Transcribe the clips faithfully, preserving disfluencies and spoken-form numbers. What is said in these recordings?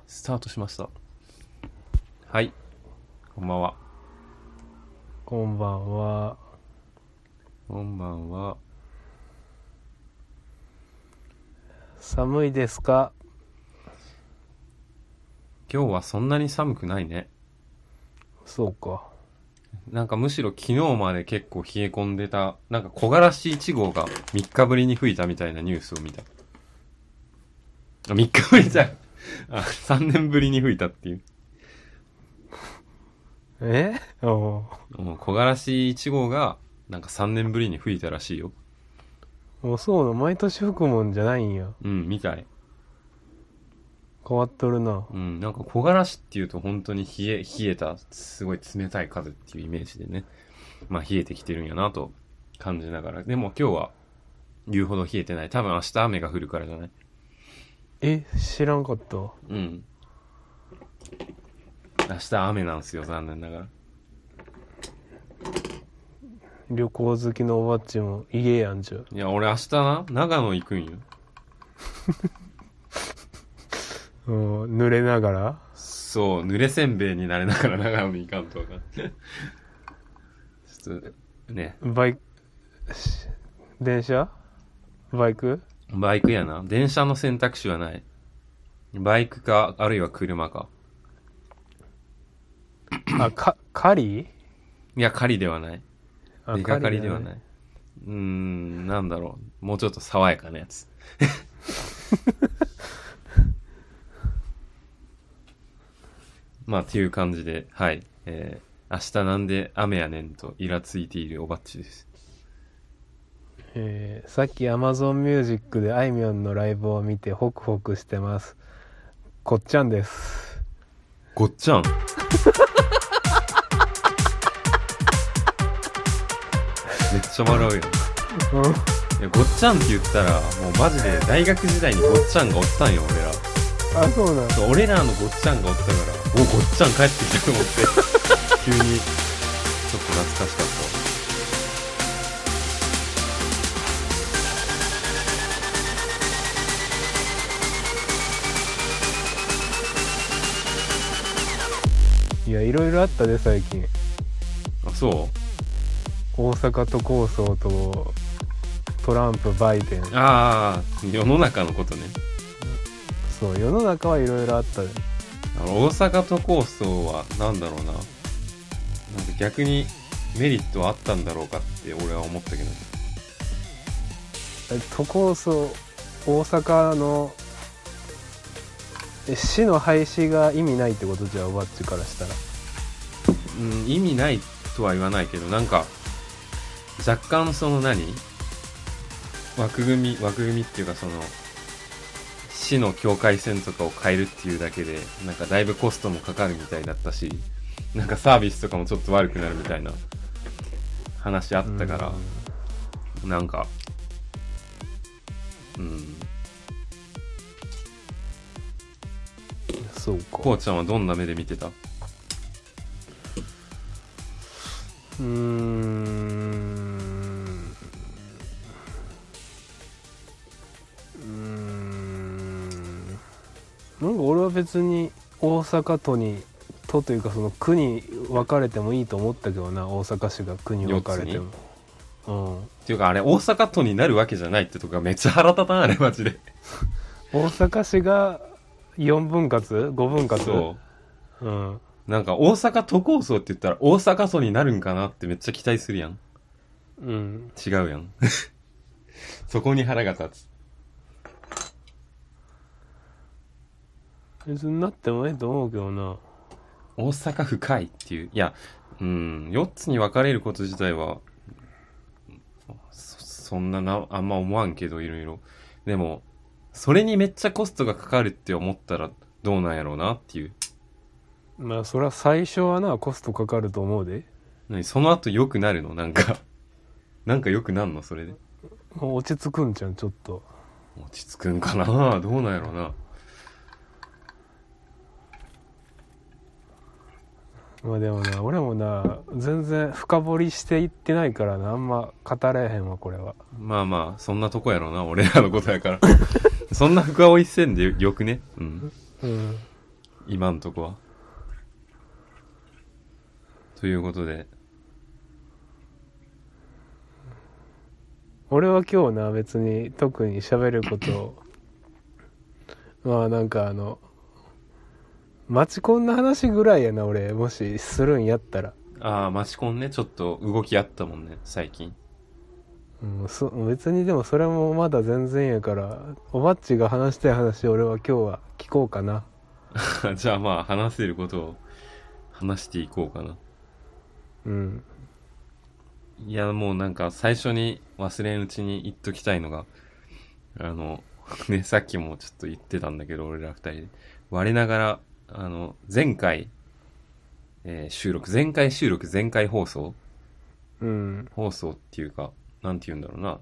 スタートしました。はい、こんばんは。 こんばんは。 こんばんは。 寒いですか？ 今日はそんなに寒くないね。 そうか。 なんかむしろ昨日まで結構冷え込んでた、なんか木枯らしいち号がみっかぶりに吹いたみたいなニュースを見た。あ、みっかぶりじゃん。あ、さんねんぶりに吹いたっていう。 えおもう木枯らしいち号がなんかさんねんぶりに吹いたらしいよ。 もうそうな、毎年吹くもんじゃないんや。 うん、みたい。 変わっとるな。 うん、なんか木枯らしっていうと本当に冷え、冷えた、すごい冷たい風っていうイメージでね。まあ冷えてきてるんやなと感じながら。でも今日は言うほど冷えてない。多分明日雨が降るからじゃない？ え、知らんかった。 うん。明日雨なんすよ、残念ながら。 旅行好きのおばっちも家やんじゃ。 いや、俺明日な、長野行くんよ。 うん、濡れながら。 そう、濡れせんべいになれながら長野に行かんとわかん。ちょっと、ね。 バイク、電車バイクバイクやな。電車の選択肢はない。バイクか、あるいは車か。 あ、か、狩りいや、狩りではない。 あ、 出かかりでは狩ない。うーん、なんだろう。もうちょっと爽やかなやつ。まあ、っていう感じで、はい。えー、明日なんで雨やねんとイラついているおばっちです。 えー、さっき Amazon Music であいみょんのライブを見てホクホクしてます。こっちゃんです。 ごっちゃん。めっちゃ笑うよ。 うん。 いや、ごっちゃんって言ったら、もうマジで大学時代にごっちゃんがおったんよ、俺ら。 あ、そうなんだ。 俺らのごっちゃんがおったから、お、ごっちゃん帰ってきたと思って、急に、ちょっと懐かしかったいや、いろいろあったで最近。 わ。あ、そ大阪都構想とトランプバイデン。 う？ああ、世の中のことね。 そう、世の中はいろいろあったで。 あの、大阪都構想は、なんだろうな。なんか逆にメリットはあったんだろうかって俺は思ったけど。 え都構想、大阪のえ市の廃止が意味ないってことじゃあ、おばっちからしたら。 うん、意味ないとは言わないけど、なんか、若干その何枠組み、枠組みっていうかその、市の境界線とかを変えるっていうだけで、なんかだいぶコストもかかるみたいだったし、なんかサービスとかもちょっと悪くなるみたいな話あったから、なんか、うん。 そうか。 こうちゃんはどんな目で見てた？ うーんうーんなんか俺は別に大阪都に都というかその区に分かれてもいいと思ったけどな。大阪市が区に分かれても。うん。 っていうかあれ大阪都になるわけじゃないってとこがめっちゃ腹立たん、あれマジで。 大阪市がよんぶん割 ?ご 分割。 そう。 うん。 なんか大阪都構想って言ったら大阪都になるんかなってめっちゃ期待するやん。 うん。 違うやん。そこに腹が立つ。 別になってもええと思うけどな。 大阪府かいっていう。いや、うん、よっつに分かれること自体は、そ、そんなな、あんま思わんけど、いろいろ。でも、それにめっちゃコストがかかるって思ったらどうなんやろうなっていう。 まあそりゃ最初はなコストかかると思うで。 何その後良くなるの？なんか、なんか良くなんのそれで。 もう落ち着くんじゃんちょっと。 落ち着くんかな？どうなんやろうな。 まあでもな、俺もな全然深掘りしていってないからな、あんま語れへんわこれは。 まあまあ、そんなとこやろうな、俺らのことやから。そんな深追いせんでよくね。うん。 うん。 今んとこは。ということで。 俺は今日な、別に特に喋ることまあなんかあのマチコンの話ぐらいやな、俺もしするんやったら。 ああ、マチコンね、ちょっと動きあったもんね、最近。 うん、そ別にでもそれもまだ全然やから、おばっちが話したい話俺は今日は聞こうかな。 じゃあまあ話せることを話していこうかな。 うん。 いやもうなんか最初に忘れんうちに言っときたいのが、あのね、さっきもちょっと言ってたんだけど、俺ら二人で我ながら、あの前回、えー収録前回収録前回放送うん放送っていうか、なんて言うんだろうな、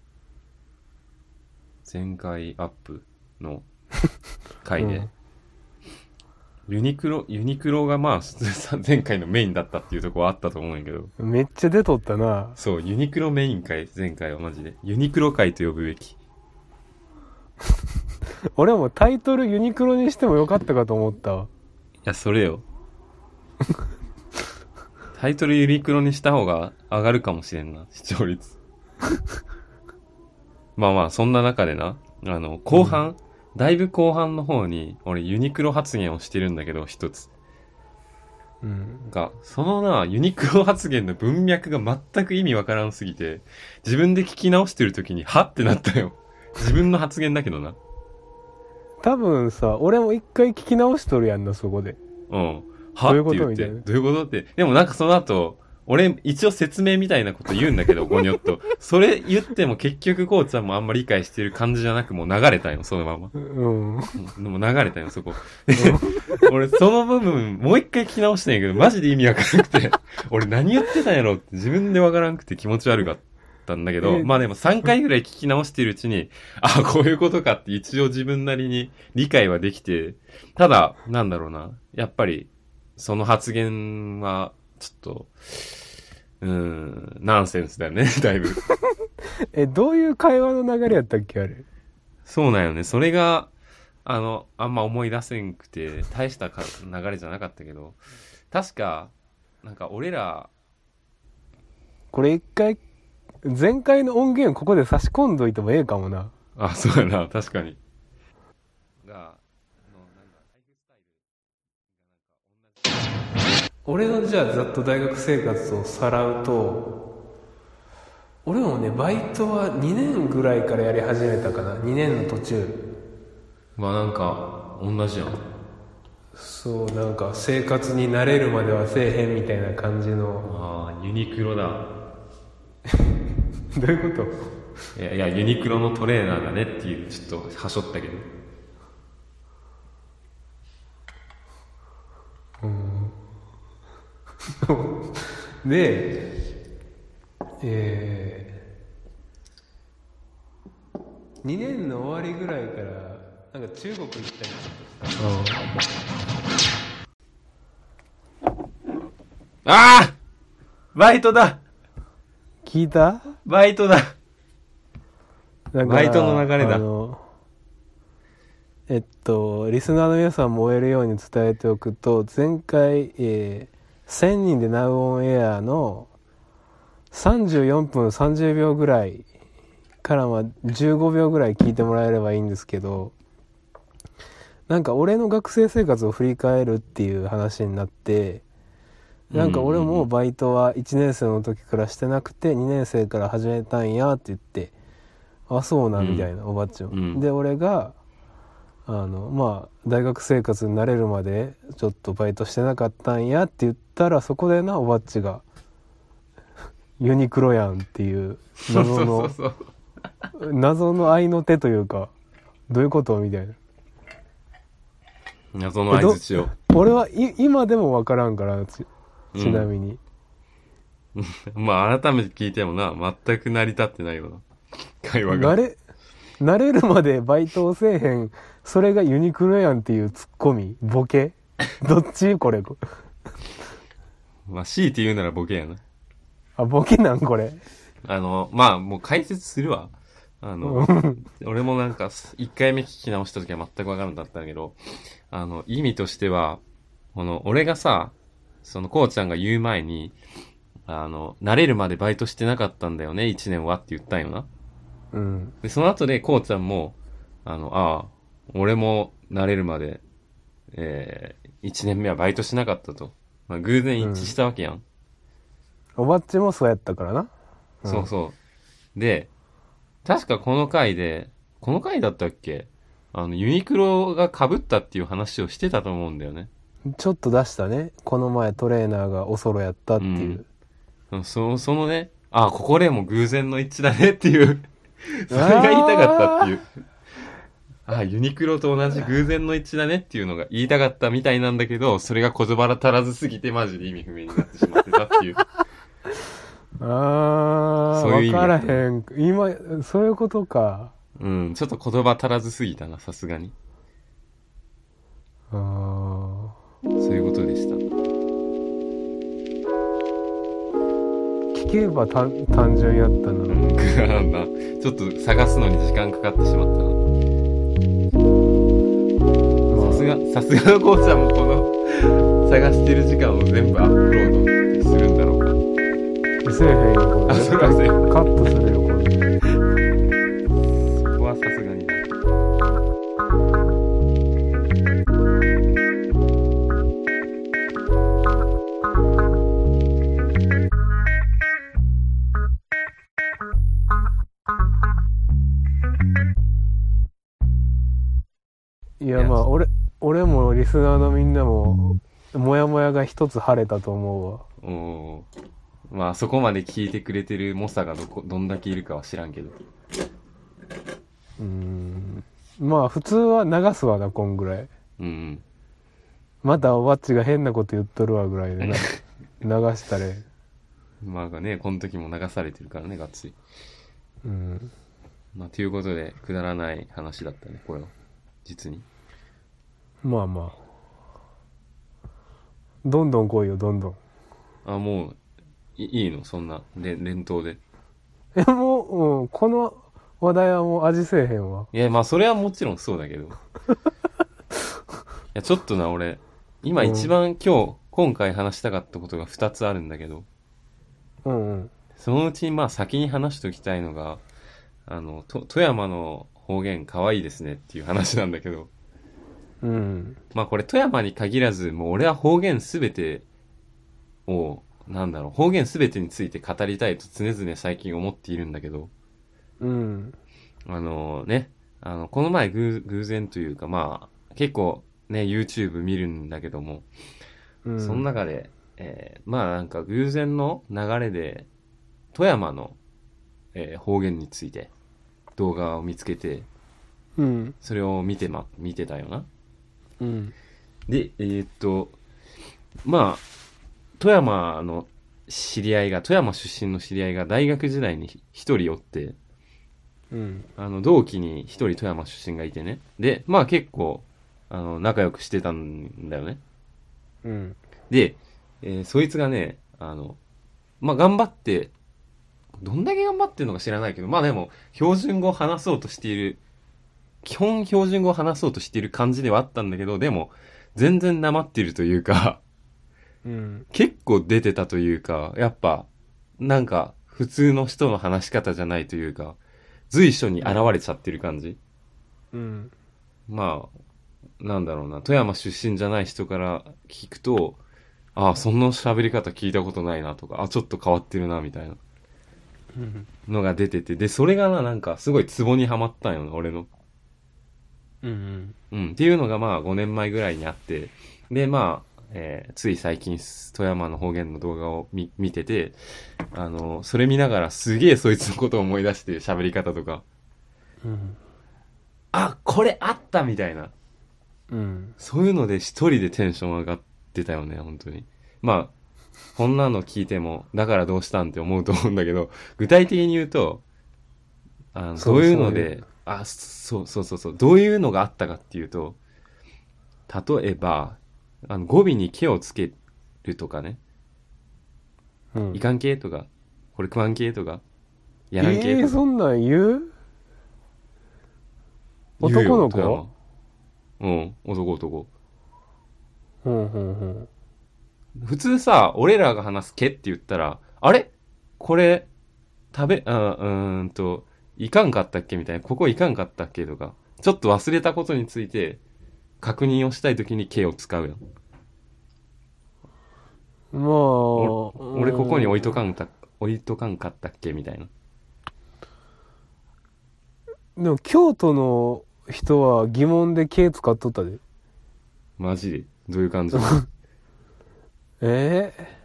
前回アップの回で、 うんユニクロユニクロがまあ前回のメインだったっていうところはあったと思うんやけど、 めっちゃ出とったな。 そうユニクロメイン回、前回はマジでユニクロ回と呼ぶべき。い俺はもうタイトルユニクロにしてもよかったかと思ったわ。 やそれよタイトルユニクロにした方が上がるかもしれんな、視聴率まあまあそんな中でな、あの後半、うん、だいぶ後半の方に俺ユニクロ発言をしてるんだけど一つ、うん、がそのなユニクロ発言の文脈が全く意味わからんすぎて、自分で聞き直してる時にはってなったよ。自分の発言だけどな。 多分さ、俺も一回聞き直しとるやんな、そこで。 うん。はって言って、どういうことって。でもなんかその後、俺一応説明みたいなこと言うんだけど、ゴニョッと。それ言っても結局こうちゃんもあんまり理解してる感じじゃなく、もう流れたよ、そのまま。うん。でも流れたよ、そこ。俺その部分、もう一回聞き直したんやけど、マジで意味わからなくて。俺何言ってたんやろって自分でわからなくて気持ち悪かったんだけど、まあでもさんかいぐらい聞き直してるうちに、あ、こういうことかって一応自分なりに理解はできて、ただ、なんだろうな、やっぱり、その発言は、ちょっと、うーん、ナンセンスだよね、だいぶ。 え、どういう会話の流れやったっけ、あれ。 そうなんよね。それが、あの、あんま思い出せんくて、大したか流れじゃなかったけど、確か、なんか俺ら、 これ一回、前回の音源ここで差し込んどいてもええかもな。 あ、そうやな、確かに。が、 俺のじゃあざっと大学生活をさらうと、俺もねバイトはにねんぐらいからやり始めたかな。にねんの途中。 まあなんか同じやん。 そう、なんか生活に慣れるまではせえへんみたいな感じの。 ああ、ユニクロだ。 どういうこと？ いやいや、ユニクロのトレーナーだねっていう、ちょっとはしょったけど。 うんで、えー、にねんの終わりぐらいからなんか中国行ったりした。 ああ、バイトだ。 聞いた？ バイトだ。 バイトの流れだ。えっとリスナーの皆さんも終えるように伝えておくと、前回、えーせんにんで Now on Air のさんじゅうよんぷんさんじゅうびょうぐらいからまあじゅうごびょうぐらい聞いてもらえればいいんですけど、なんか俺の学生生活を振り返るっていう話になって、なんか俺もバイトはいちねん生の時からしてなくてにねん生から始めたんやって言って、あそうなみたいな、おばっちゃんで、俺があのまあ大学生活に慣れるまでちょっとバイトしてなかったんやって言ったら、そこでなおばっちがユニクロやんっていう謎の謎の合いの手というか、どういうことみたいな謎の相槌を俺はい今でも分からんから、ち, ちなみに、 うん、まあ改めて聞いてもな、全く成り立ってないよな会話が。 慣れ慣れるまでバイトをせえへん、それがユニクロやんっていうツッコミ、ボケどっちこれまあ強いて言うならボケやな。 あ、ボケなんこれ。 あのまあもう解説するわ。あの俺もなんかいっかいめ聞き直した時は全く分からなかったんだけど、 あの、意味としては、この、俺がさ、その、こうちゃんが言う前に、あの、慣れるまでバイトしてなかったんだよね、一年はって言ったんよな。 うん。 で、その後で、こうちゃんも、あの、ああ、俺も慣れるまで、えー、一年目はバイトしなかったと。まあ、偶然一致したわけやん。 おばっちもそうやったからな。うん、 そうそう。で、確かこの回で、この回だったっけ？あの、ユニクロが被ったっていう話をしてたと思うんだよね。 ちょっと出したね。この前トレーナーがおそろやったっていう。 うん、そそのね、あ、ここでも偶然の一致だねっていうそれが言いたかったっていう。あ、ユニクロと同じ偶然の一致だねっていうのが言いたかったみたいなんだけど、それが言葉足らずすぎてマジで意味不明になってしまってたっていう。 あー、 そういう意味わからへん。今、そういうことか。 うん、ちょっと言葉足らずすぎたな、さすがに。 あー。 そういうことでした。 聞けば単単純やったな。 うん、なんだ。ちょっと探すのに時間かかってしまったな。さすが、さすがのこうちゃんもこの探してる時間を全部アップロードするんだろうか。 せえへんよ、これ。 あ、それはせえへん。 カットするよ、これ。 そこはさすがにな。 いや、まあ、俺、俺もリスナーのみんなも、もやもやが一つ晴れたと思うわ。 おー、まあそこまで聞いてくれてる猛者がどこ、どんだけいるかは知らんけど。 うーん。まあ、普通は流すわな、こんぐらい。 うん。 またおばっちが変なこと言っとるわぐらいでな流したれ。 まあね、この時も流されてるからね、がっつり。 うん。 まあ、ということで、くだらない話だったね、これは。実に。 まあまあ。どんどん来いよ、どんどん。 あ、もう、いいいのそんな、連、連投で。 え、もう、うん、この話題はもう味せえへんわ。 いや、まあ、それはもちろんそうだけど。いや、ちょっとな、俺、今一番今日、今回話したかったことが二つあるんだけど、 うんうん。 そのうちにまあ先に話しておきたいのが、あの、と、富山の方言可愛いですねっていう話なんだけど、 うん。 まあこれ富山に限らず、もう俺は方言すべてを、なんだろう、方言すべてについて語りたいと常々最近思っているんだけど、 うん。 あのね、あの、この前偶、偶然というかまあ、結構ね、YouTube 見るんだけども、 うん、 その中で、えー、まあなんか偶然の流れで、富山の、えー方言について動画を見つけて、 うん。 それを見てま、見てたよな。 うん。 で、えーっと、まあ、富山の知り合いが、富山出身の知り合いが大学時代に一人おって、 うん。 あの、同期に一人富山出身がいてね。で、まあ結構、あの、仲良くしてたんだよね。 うん。 で、えーそいつがね、あの、まあ頑張って、どんだけ頑張ってるのか知らないけど、まあでも、標準語を話そうとしている、基本標準語を話そうとしている感じではあったんだけど、でも、全然なまってるというか、 うん。 結構出てたというか、やっぱ、なんか、普通の人の話し方じゃないというか、随所に現れちゃってる感じ。 うん。 まあ、なんだろうな、富山出身じゃない人から聞くと、ああ、そんな喋り方聞いたことないなとか、あ、ちょっと変わってるな、みたいなうんのが出てて、で、それがな、なんか、すごいツボにはまったんよな、俺の。 うんうん、っていうのがまあごねんまえぐらいにあって、で、まあ、えーつい最近、富山の方言の動画を見見てて、あの、それ見ながらすげえそいつのことを思い出して喋り方とか、 うんあ、これあったみたいな。 うんそういうので一人でテンション上がってたよね、本当に。まあ、こんなの聞いても、だからどうしたんって思うと思うんだけど、具体的に言うと、あの、 そうどういうのそういで、あ、そうそうそうそう、どういうのがあったかっていうと、例えば、あの語尾に毛をつけるとかね、 うんいかん系とか、これ食わん系とか、やらん系えー、 とか。 そんなん言う言うよ男の富山子うん、男男。 ほんほんほん。 普通さ、俺らが話すけって言ったら、あれこれ、食べ、あ、うーんと、いかんかったっけみたいな、ここいかんかったっけとか、ちょっと忘れたことについて、確認をしたいときにけを使うよ。 まあ、 俺ここに置いとかん。 んた、置いとかんかったっけみたいな。 でも京都の人は疑問でけ使っとったで。 マジでどういう感じ？ えー、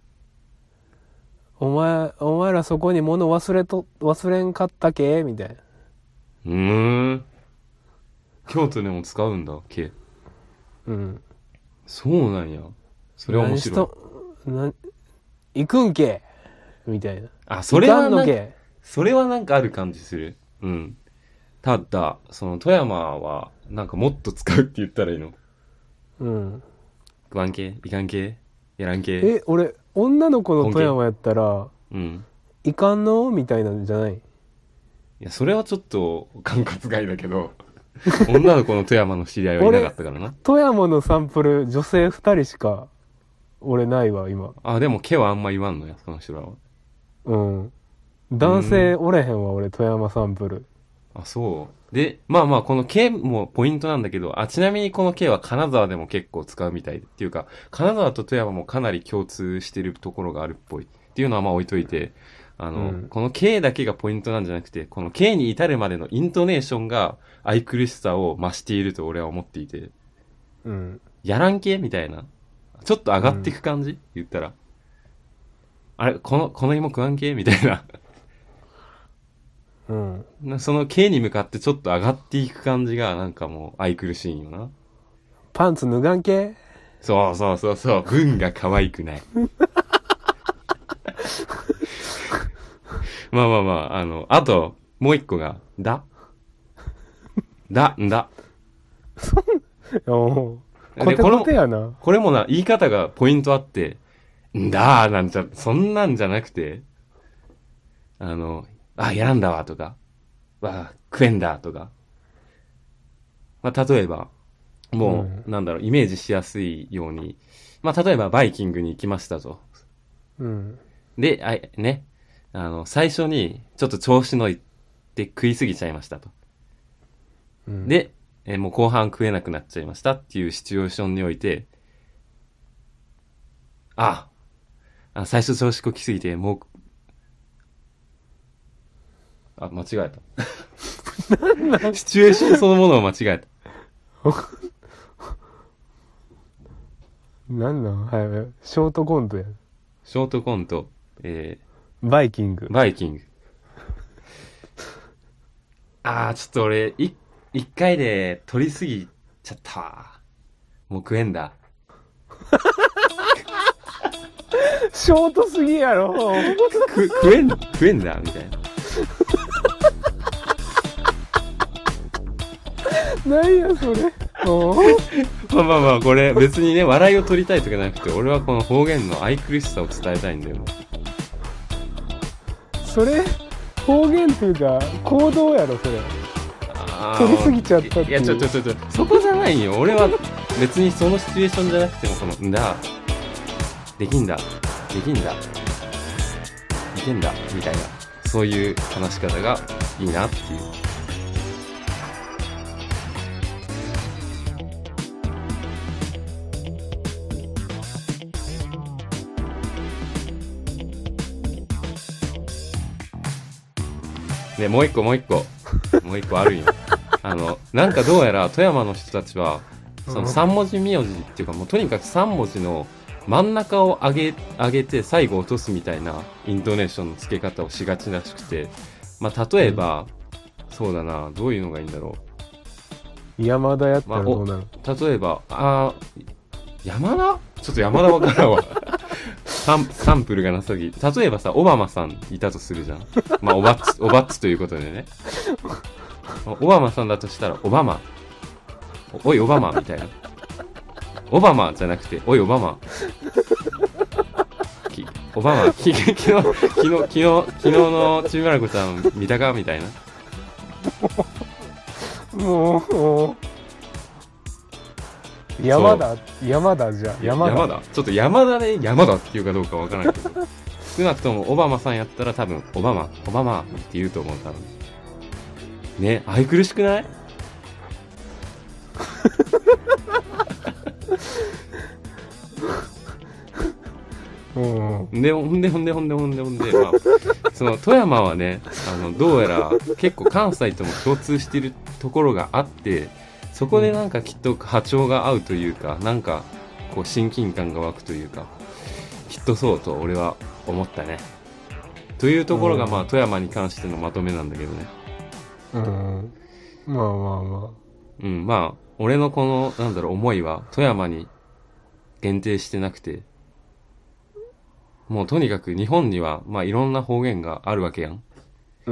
お前、お前らそこに物忘れと、忘れんかったけみたいな。 うーん。京都でも使うんだ、け。 うん。 そうなんや。それは面白い。 何しと、な、行くんけみたいな。 あ、それは行かんのな、 け。 それはなんかある感じする。うん。ただ、その富山は、なんかもっと使うって言ったらいいの？ うん。 食わんけいかんけやらんけ？ え、俺、女の子の富山やったら、 うん。 いかんのみたいなんじゃない？ いや、それはちょっと、管轄外だけど、女の子の富山の知り合いはいなかったからな。 富山のサンプル、女性二人しか、俺ないわ、今。 あ、でも、毛はあんま言わんのや、その人らは。 うん。男性おれへんわ、俺、富山サンプル。 あ、そう。で、まあまあ、この毛もポイントなんだけど、あ、ちなみにこの毛は金沢でも結構使うみたいっていうか、金沢と富山もかなり共通してるところがあるっぽいっていうのはまあ置いといて、あの、 うんこの毛だけがポイントなんじゃなくて、この毛に至るまでのイントネーションが愛くるしさを増していると俺は思っていて、 うん。 やらんけみたいな。ちょっと上がっていく感じ、うん、言ったら。あれこの、この芋食わんけみたいな。 うん。 その毛に向かってちょっと上がっていく感じがなんかもう愛くるしいんよな。 パンツ脱がんけ？ そうそうそうそう。文が可愛くない。まあまあまあ、あの、あと、もう一個が、だだ、んだ。 おう。コテコテやな。 これもな、言い方がポイントあって、んだーなんじゃ、そんなんじゃなくて、あの、あ、やんだわとか、わ、食えんだとか。まあ、例えば、もう、うん、なんだろう、イメージしやすいように、まあ、例えばバイキングに行きましたと。 うん。 で、あ、ね、あの、最初に、ちょっと調子乗って食いすぎちゃいましたと。うん、で、え、もう後半食えなくなっちゃいましたっていうシチュエーションにおいて、あ、あ最初調子こきすぎて、もう、あ、間違えた。シチュエーションそのものを間違えた。 なんなんはい、ショートコントや。 ショートコント、えー、バイキング。 バイキング。あー、ちょっと俺、い、一回で取りすぎちゃったわ。もう食えんだ。 ショートすぎやろ。 く、食えん、食えんだみたいな。 何やそれ。 まあまあまあ、これ別にね、笑いを取りたいとかじゃなくて、俺はこの方言の愛くるしさを伝えたいんだよ。 それ、方言っていうか、行動やろ、それ。取りすぎちゃったっていう。 いや、ちょちょちょちょ、そこじゃないよ。俺は別にそのシチュエーションじゃなくても、この、んだ、できんだ、できんだ、いけんだ、みたいな、そういう話し方がいいなっていう。ね、もう一個もう一個もう一個あるんよ。あのなんかどうやら富山の人たちはそのさん文字名字っていうか、もうとにかくさん文字の真ん中を上げ上げて最後落とすみたいなイントネーションの付け方をしがちらしくて、まあ例えば、うん、そうだな、どういうのがいいんだろう。山田やったらどうなる？ まあ、例えば、あ山田ちょっと山田わからんわ。サン, サンプルがなさぎ、例えばさ、オバマさんいたとするじゃん。まあ、おばっち、おばっちということでね。オバマさんだとしたら、オバマ。お, おい、オバマ、みたいな。オバマじゃなくて、おい、オバマ。きオバマ、き昨日、昨日、昨日、昨日のちびまる子ちゃん見たかみたいな。 もう、 山田山田じゃ山田山田ちょっと山田で山田っていうかどうかわからないけど少なくともオバマさんやったら多分オバマオバマって言うと思う。多分ね、愛くるしくない？ うん、 でほんでほんでほんでほんでほんで、まあ、その富山はね、あのどうやら結構関西とも共通しているところがあって、そこでなんかきっと波長が合うというか、なんかこう親近感が湧くというか、きっとそうと俺は思ったね。というところがまあ富山に関してのまとめなんだけどね。 うん、まあまあまあ、 うん、まあ俺のこのなんだろう思いは富山に限定してなくて、もうとにかく日本にはまあいろんな方言があるわけやん。 うん、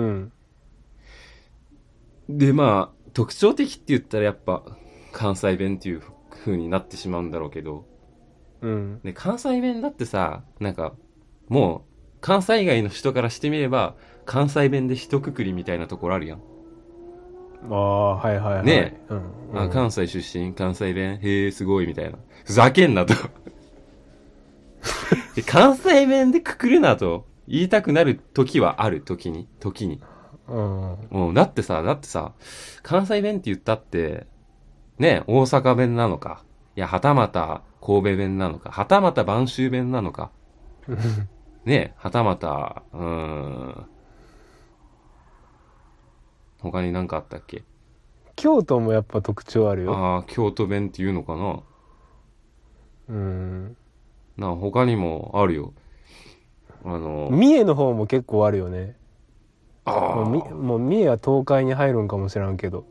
でまあ特徴的って言ったらやっぱ関西弁っていう風になってしまうんだろうけど、 うん、 で関西弁だってさ、なんかもう関西以外の人からしてみれば関西弁で一括りみたいなところあるやん。 ああ、はいはいはい。 ねえ、 うんうん、 あ関西出身関西弁へえすごいみたいな、ふざけんなとで関西弁でくくるなと言いたくなる時はある。時に時にうん、 うん、だってさだってさ関西弁って言ったってね、大阪弁なのか、いやはたまた神戸弁なのか、はたまた播州弁なのかね、はたまたうーん他に何かあったっけ？ 京都もやっぱ特徴あるよ。 ああ京都弁っていうのかな。 うん、 なあ他にもあるよ。あの三重の方も結構あるよね。 あもうみもう三重は東海に入るんかもしらんけど。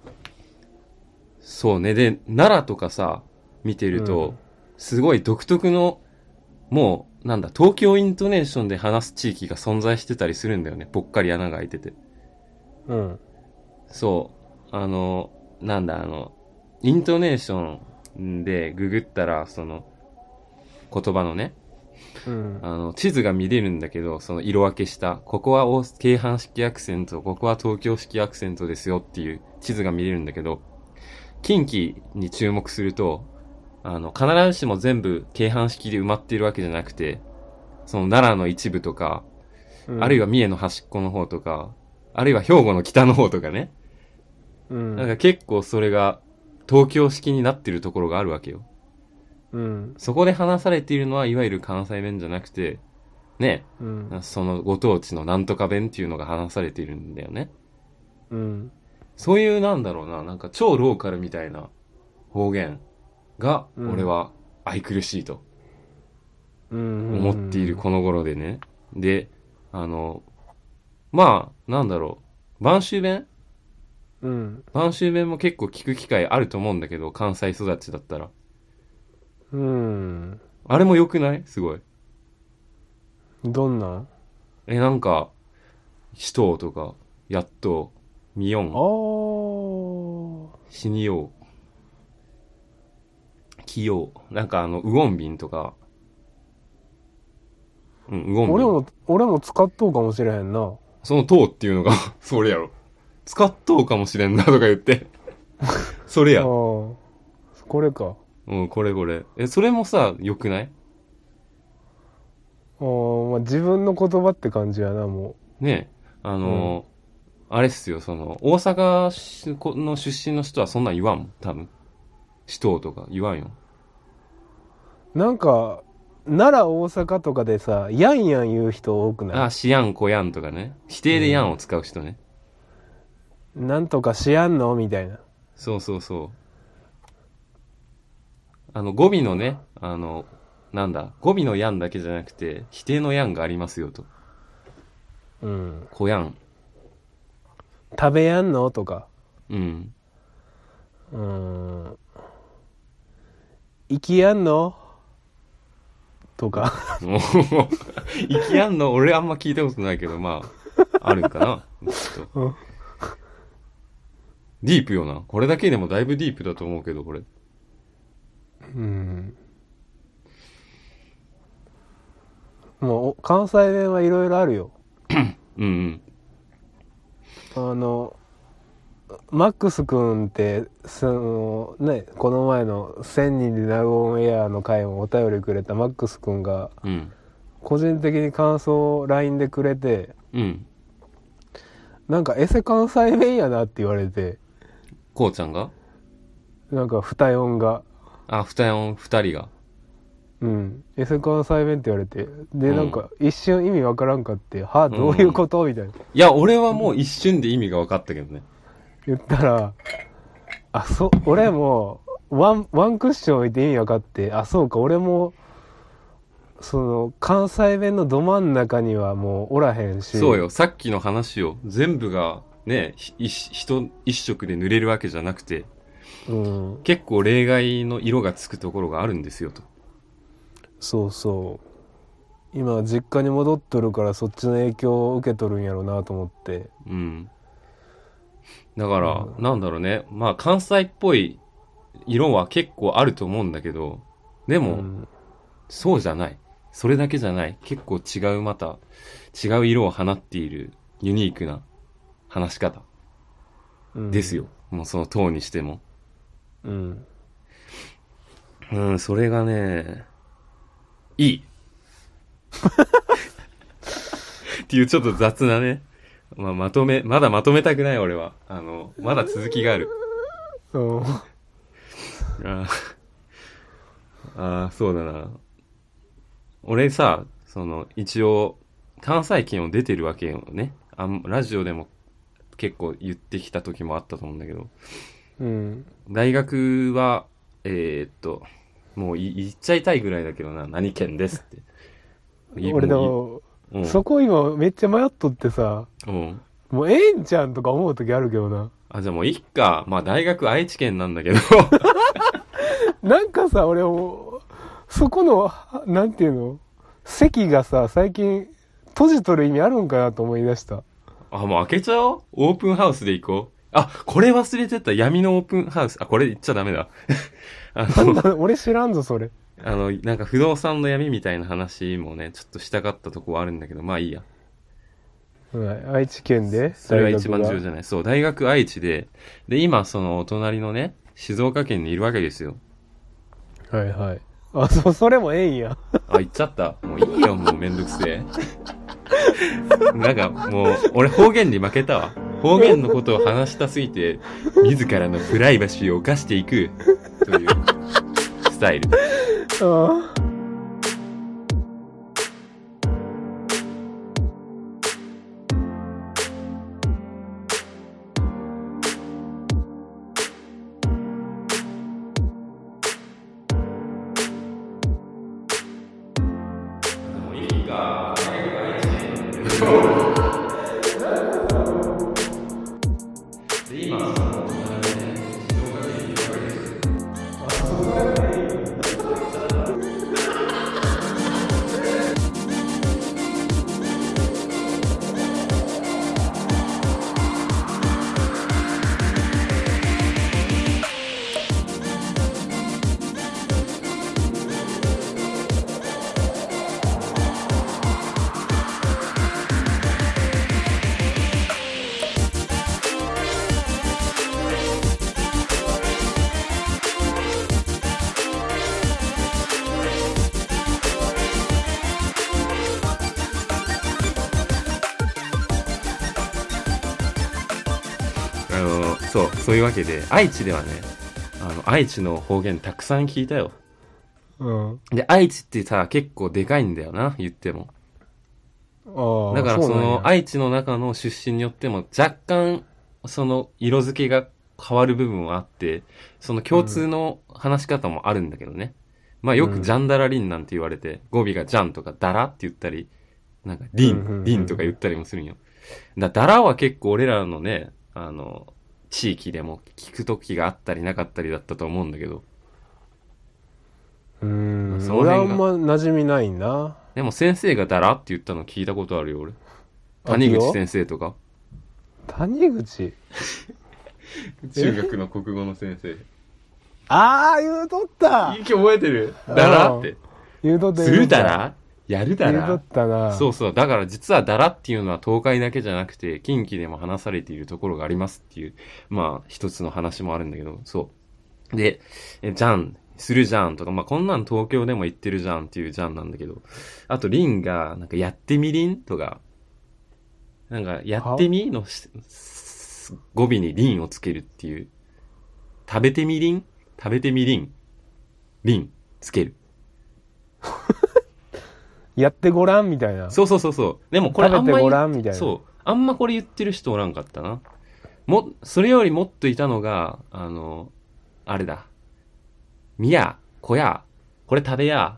そうね。で奈良とかさ見てると、 うん、 すごい独特のもうなんだ東京イントネーションで話す地域が存在してたりするんだよね。ぽっかり穴が開いてて。 うん、 そうあのなんだあのイントネーションでググったらその言葉のね、 うん、 あの地図が見れるんだけど、その色分けしたここは京阪式アクセント、ここは東京式アクセントですよっていう地図が見れるんだけど、近畿に注目するとあの必ずしも全部京阪式で埋まっているわけじゃなくて、その奈良の一部とか、 うん、 あるいは三重の端っこの方とか、あるいは兵庫の北の方とかね、 うん、 なんか結構それが東京式になってるところがあるわけよ。 うん、 そこで話されているのはいわゆる関西弁じゃなくて、ね、 うん、 そのご当地のなんとか弁っていうのが話されているんだよね。 うん、 そういうなんだろうな、なんか超ローカルみたいな方言がうん、 俺は愛くるしいとうん、 思っているこの頃でね。で、あの、まあ、なんだろう、播州弁うん、 播州弁も結構聞く機会あると思うんだけど、関西育ちだったら。 うん、 あれも良くない？すごい。 どんなん？ え、なんか、しとうとか、やっと、みよあん、 ー、 しによう、きよう。なんかあの、うおんびんとか、うん、うおんびん。 俺も俺も使っとうかもしれへんな。 そのとうっていうのが、それやろ。使っとうかもしれんなとか言って。それや。 あー、これか。 うん、これこれ。え、それもさ、良くない？ あー、まあ、自分の言葉って感じやな、もねえ。あのーあれっすよ、その、大阪の出身の人はそんなん言わんもん、多分。しとうとか言わんよ。 う。なんか奈良大阪とかでさ、やんやん言う人多くない？ あ、しやんこやんとかね。否定でやんを使う人ね。 なんとかしやんのみたいな。 そうそうそう。あの、語尾のね、あの、なんだ、語尾のやんだけじゃなくて、否定のやんがありますよと。 うん。 こやん。 食べやんのとか。 うん。 うーん。生きやんのとか。 もう、生きやんの、俺あんま聞いたことないけど、まあ、あるんかな。ちょっとうん。 ディープよな。これだけでもだいぶディープだと思うけど、これ。 うん。もう、関西弁はいろいろあるよ。 うんうん。 あの、 マックス君ってそのねこの前のせんにんでナウオンエアの回もお便りくれたマックス君がうん個人的に感想を ライン でくれて、 うん。 なんかエセ関西弁やなって言われて、 こうちゃんがなんか二音があ、二人、二人が。 うんエセ関西弁って言われて、で、 うんなんか一瞬意味わからんかって、はあどういうこと、みたいないや、俺はもう一瞬で意味が分かったけどね。 言ったら、あ、そ俺もワンワンクッション置いて意味わかって、あ、そうか、俺もその関西弁のど真ん中にはもうおらへんし。 そうよ、さっきの話よ。全部がね、ひ一人一色で塗れるわけじゃなくて、 うん、 結構例外の色がつくところがあるんですよと。 そうそう。今実家に戻っとるからそっちの影響を受けとるんやろうなと思って。 うん。だから、 うん、 なんだろうね。まあ関西っぽい色は結構あると思うんだけど、でも、うん、そうじゃない。それだけじゃない。結構違うまた、違う色を放っているユニークな話し方ですよ。うん、もうその塔にしても。うん。うん、それがね、いい。っていうちょっと雑なね。まあ、まとめ、まだまとめたくない俺は。あの、まだ続きがある。うん。ああ、そうだな。俺さ、その、一応、関西圏を出てるわけよね。あんラジオでも結構言ってきた時もあったと思うんだけど。うん。大学は、えー、っと、もう言っちゃいたいぐらいだけどな、何県ですって。 俺でも、うん、そこ今めっちゃ迷っとってさ、うん、もうええんちゃんとか思う時あるけどな。 あ、じゃあもういっか。まあ大学愛知県なんだけど。 なんかさ、俺も、そこの、なんていうの席がさ、最近閉じとる意味あるんかなと思い出した。 あ、もう開けちゃおう。オープンハウスで行こう。あ、これ忘れてた。闇のオープンハウス。あ、これ言っちゃダメだ。 あの俺知らんぞ、それ。 あの、なんか不動産の闇みたいな話もね、ちょっとしたかったとこはあるんだけど、まあいいや。 はい、愛知県でそれが一番重要じゃない。そう、大学愛知で、で、今、その、お隣のね、静岡県にいるわけですよ。 はいはい。あ、そ、それもええんや。 あ、言っちゃった。もういいよ、もうめんどくせえ。なんか、もう、俺方言に負けたわ。方言のことを話したすぎて、自らのプライバシーを犯していく、という、スタイル。ああ。あの、そう、そういうわけで、愛知ではね、あの、愛知の方言たくさん聞いたよ。うん。で、愛知ってさ、結構でかいんだよな、言っても。ああ。だからその、愛知の中の出身によっても、若干、その、色付けが変わる部分はあって、その共通の話し方もあるんだけどね。うん、まあよくジャンダラリンなんて言われて、語尾がジャンとかダラって言ったり、なんかリン、リンとか言ったりもするんよ。だダラは結構俺らのね、あの、地域でも聞く時があったりなかったりだったと思うんだけど。うーん、そ俺はあんま馴染みないな。でも先生がダラって言ったの聞いたことあるよ、俺。谷口先生とか。 谷口中学の国語の先生。 あー、言うとった。 いい気覚えてる。ダラって。 言うとった。 するだらやるだ言うとらったな。 そうそう。だから実はだらっていうのは東海だけじゃなくて、近畿でも話されているところがありますっていう、まあ、一つの話もあるんだけど、そう。で、えじゃん、するじゃんとか、まあ、こんなん東京でも言ってるじゃんっていうじゃんなんだけど、あと、りんが、なんか、やってみりんとか、なんか、やってみのし語尾にりんをつけるっていう、食べてみりん食べてみりん。りん、つける。 やってごらんみたいな。 そうそうそうそう。でもこれあんま食べてごらんみたいな。 そう。あんまこれ言ってる人おらんかったな。も、それよりもっといたのが、あの、あれだ。みや、こや、これ食べや、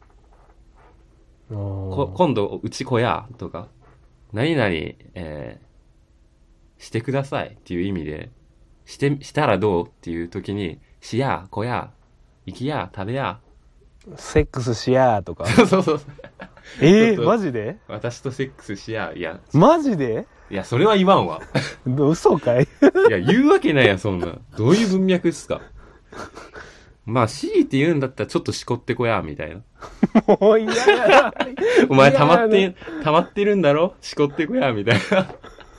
こ今度うちこや、とか、何々、えー、してくださいっていう意味で、して、したらどうっていう時に、しや、こや、行きや、食べや。 セックスしやーとか。 そうそうそう。 えー、マジで私とセックスしや、いや。 マジでいや、それは言わんわ。 嘘かいいや、言うわけないやん、そんな。どういう文脈っすか。まあ、強いて言うんだったらちょっとしこってこや、みたいな。 もう嫌や。 お前溜まって、溜まってるんだろしこってこや、みたいな。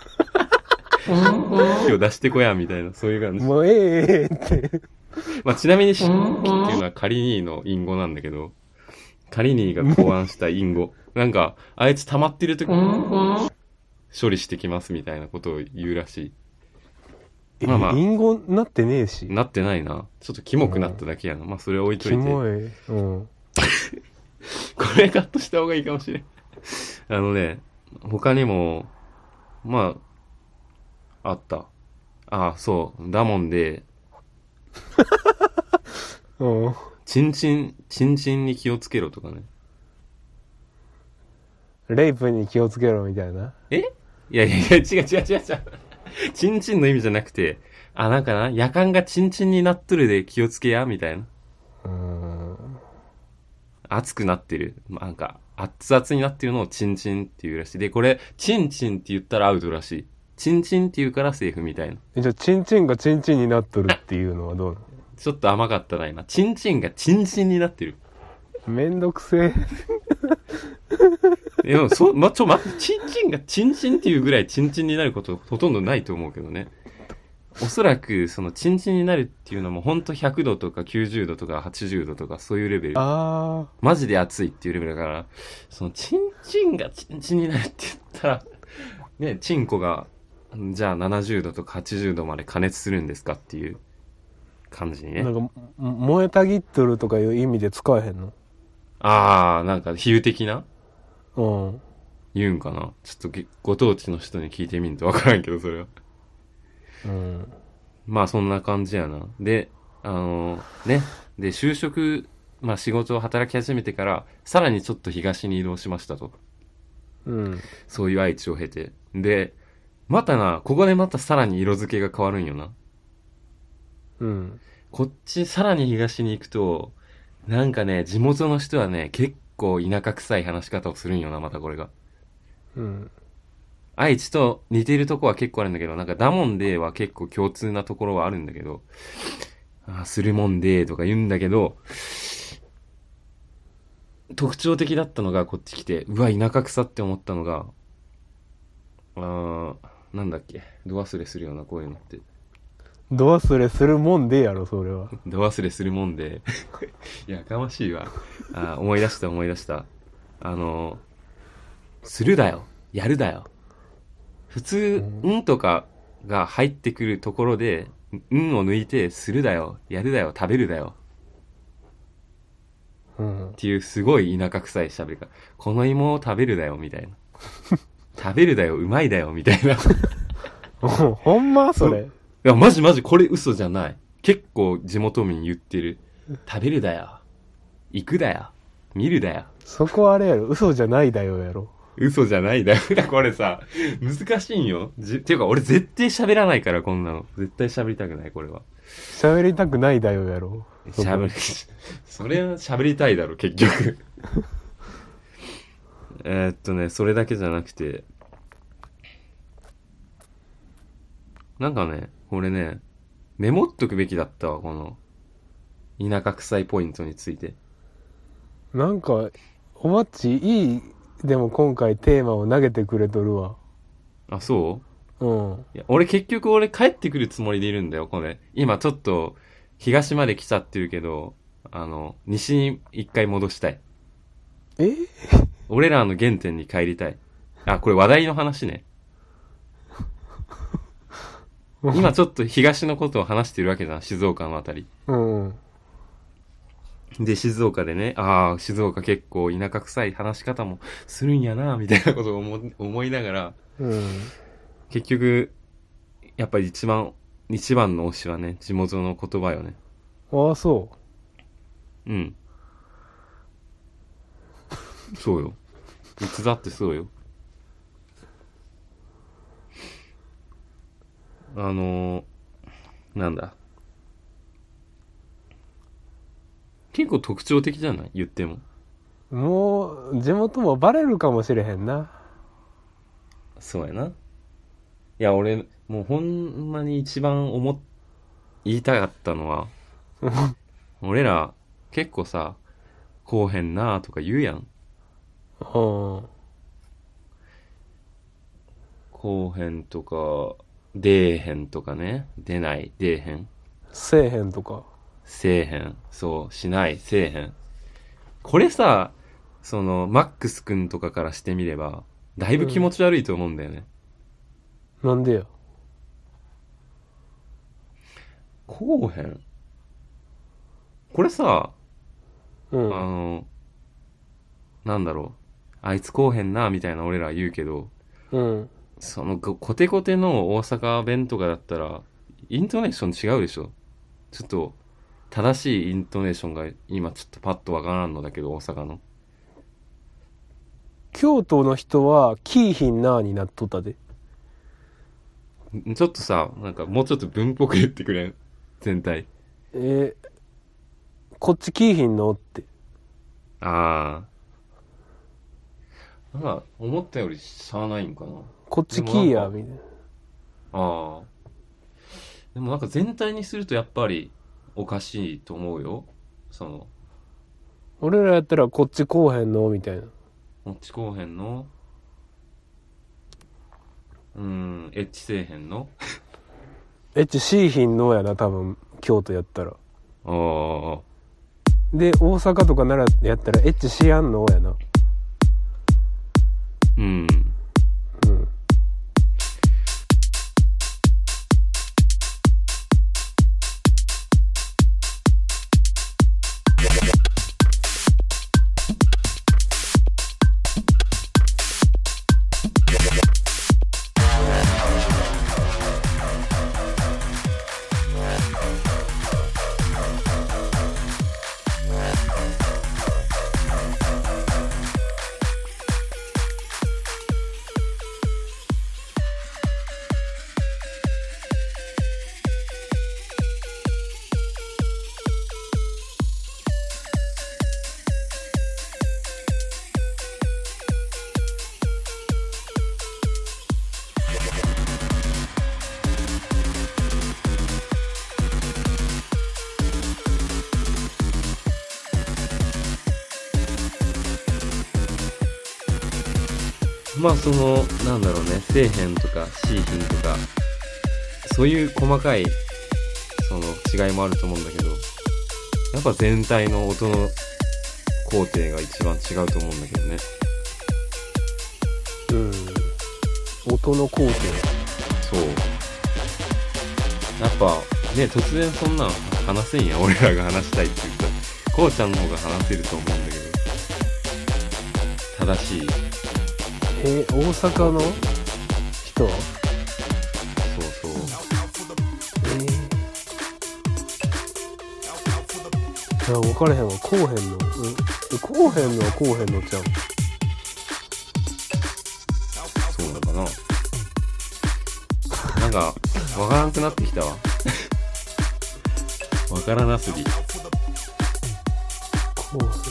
今日出してこや、みたいな、そういう感じ。 もうええええって。 まあ、ちなみに、しっきっていうのはカリニーの隠語なんだけど、カリニーが考案した隠語。なんか、あいつ溜まってる時に処理してきますみたいなことを言うらしい。まあまあ。 隠語なってねえし。 なってないな。ちょっとキモくなっただけやな。まあ、それ置いといて。 キモい。うん。 これカットした方がいいかもしれん。あのね、他にも、まあ、あった。ああ、そう。だもんで、 うん。 チンチン、チンチンに気をつけろとかね。 レイプに気をつけろみたいな。 えいやいやいや、違う違う違う違う。チンチンの意味じゃなくて、あ、なんかな、夜間がチンチンになっとるで気をつけや、みたいな。 うーん。 熱くなってる。なんか、熱々になってるのをチンチンっていうらしい。で、これ、チンチンって言ったらアウトらしい。チンチンって言うからセーフみたいな。 え、じゃあ、チンチンがチンチンになっとるっていうのはどうなの？ ちょっと甘かったな、今。チンチンがチンチンになってる。 めんどくせえ。 でも、そ、ま、ちょ、待って、チンチンがチンチンっていうぐらいチンチンになることほとんどないと思うけどね。おそらく、その、チンチンになるっていうのも、ほんとひゃくどとかきゅうじゅうどとかはちじゅうどとかそういうレベル。 あマジで熱いっていうレベルだから、その、チンチンがチンチンになるって言ったら、ね、チンコが、じゃあななじゅうどとかはちじゅうどまで加熱するんですかっていう感じにー。 ね。 なんか、燃えたぎっとるとかいう意味で使えへんの？ あー、なんか比喩的なうん。 言うんかな。ちょっとご当地の人に聞いてみんとわからんけど、それは。 うん。 まあそんな感じやな。で、あのー、ね。で、就職、まあ仕事を働き始めてから、さらにちょっと東に移動しましたと。 うん。 そういう愛知を経て。で、またな、ここでまたさらに色付けが変わるんよな。 うん。 こっちさらに東に行くと、なんかね、地元の人はね、結構田舎臭い話し方をするんよな、またこれが。 うん。 愛知と似てるとこは結構あるんだけど、なんかダモンデーは結構共通なところはあるんだけど、あするもんでーとか言うんだけど、特徴的だったのがこっち来て、うわ、田舎臭って思ったのが、あー、なんだっけ、度忘れするようなこういうのって。 度忘れするもんでやろ、それは。 度忘れするもんで、やかましいわ。あ思い出した思い出した。あの、するだよ、やるだよ。普通、うんとかが入ってくるところで、うんを抜いて、するだよ、やるだよ、食べるだよ。 うん。 っていうすごい田舎臭い喋り方。この芋を食べるだよ、みたいな。食べるだよ、うまいだよ、みたいな。いほんまそれ。 や、マジマジこれ嘘じゃない。結構地元民言ってる。食べるだよ。行くだよ。見るだよ。 そこあれやろ、嘘じゃないだよやろ。 嘘じゃないだよ。これさ、難しいんよ。じ、ていうか俺絶対喋らないから、こんなの。絶対喋りたくない、これは。 喋りたくないだよやろ。 喋り、それは喋りたいだろ、結局。えーっとね、それだけじゃなくて、なんかね、俺ね、メモっとくべきだったわ、この、田舎臭いポイントについて。 なんか、 おまっちいい。でも今回テーマを投げてくれとるわ。 あ、そう？ うん。 いや、俺結局俺帰ってくるつもりでいるんだよ、これ。今ちょっと東まで来ちゃってるけど、あの、西に一回戻したい。 え俺らの原点に帰りたい。あ、これ話題の話ね。今ちょっと東のことを話してるわけじゃん、静岡のあたり。 うん。 で、静岡でね、ああ、静岡結構田舎臭い話し方もするんやな、みたいなことを思思いながら、 うん。 結局、やっぱり一番、一番の推しはね、地元の言葉よね。 ああ、そうん。そうよ。いつだってそうよ。あのー、なんだ。結構特徴的じゃない言っても。 う。もう、地元もバレるかもしれへんな。 そうやな。いや、俺、もうほんまに一番思っ、言いたかったのは、俺ら、結構さ、こうへんなとか言うやん。 うん。 こうへんとか、出えへんとかね。出ない、出えへん。 せえへんとか。 せえへん。そう、しない、せえへん。これさ、その、マックスくんとかからしてみれば、だいぶ気持ち悪いと思うんだよね。 うん、なんでや。 こうへん。これさ、 うん。 あの、なんだろう。あいつこうへんな、みたいな俺ら言うけど、 うん。 その、コテコテの大阪弁とかだったら、イントネーション違うでしょ。ちょっと、正しいイントネーションが今ちょっとパッとわからんのだけど、大阪の。 京都の人は、キーヒンなーになっとったで。 んちょっとさ、なんかもうちょっと文っぽく言ってくれん全体。 えー、こっちキーヒンのって。 ああ。なんか、思ったよりしゃあないんかな。 こっちキーや、みたいな。 ああ。でもなんか全体にするとやっぱりおかしいと思うよ。その、 俺らやったらこっちこうへんのみたいな。 こっちこうへんのうーん、エッチせえへんのエッチしーひんのやな、多分、京都やったら。 ああ。 で、大阪とか奈良やったらエッチしやんのやな。 うん。 うん。 まあその、なんだろうね、せえへんとか、しーひんとか、そういう細かい、その違いもあると思うんだけど、やっぱ全体の音の工程が一番違うと思うんだけどね。 うん。音の工程。 そう。やっぱ、ね、突然そんなん話せんや、俺らが話したいって言ったら、こうちゃんの方が話せると思うんだけど、正しい。 えー、大阪の人？ そうそう。 えー、いや、分からへんわ。こうへんの。うん、こうへんのはこうへんのちゃう。 そうなのかな。なんか、わからなくなってきたわ。わからなすぎ。 こうへん。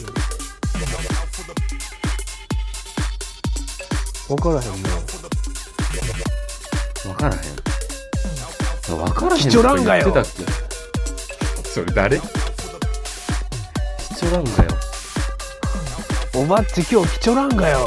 分からへんね。 わからへん。わからへんキチョランガよとか言ってたっけ？それ誰？キチョランガよ。 おばっち今日来ちょらんがよ。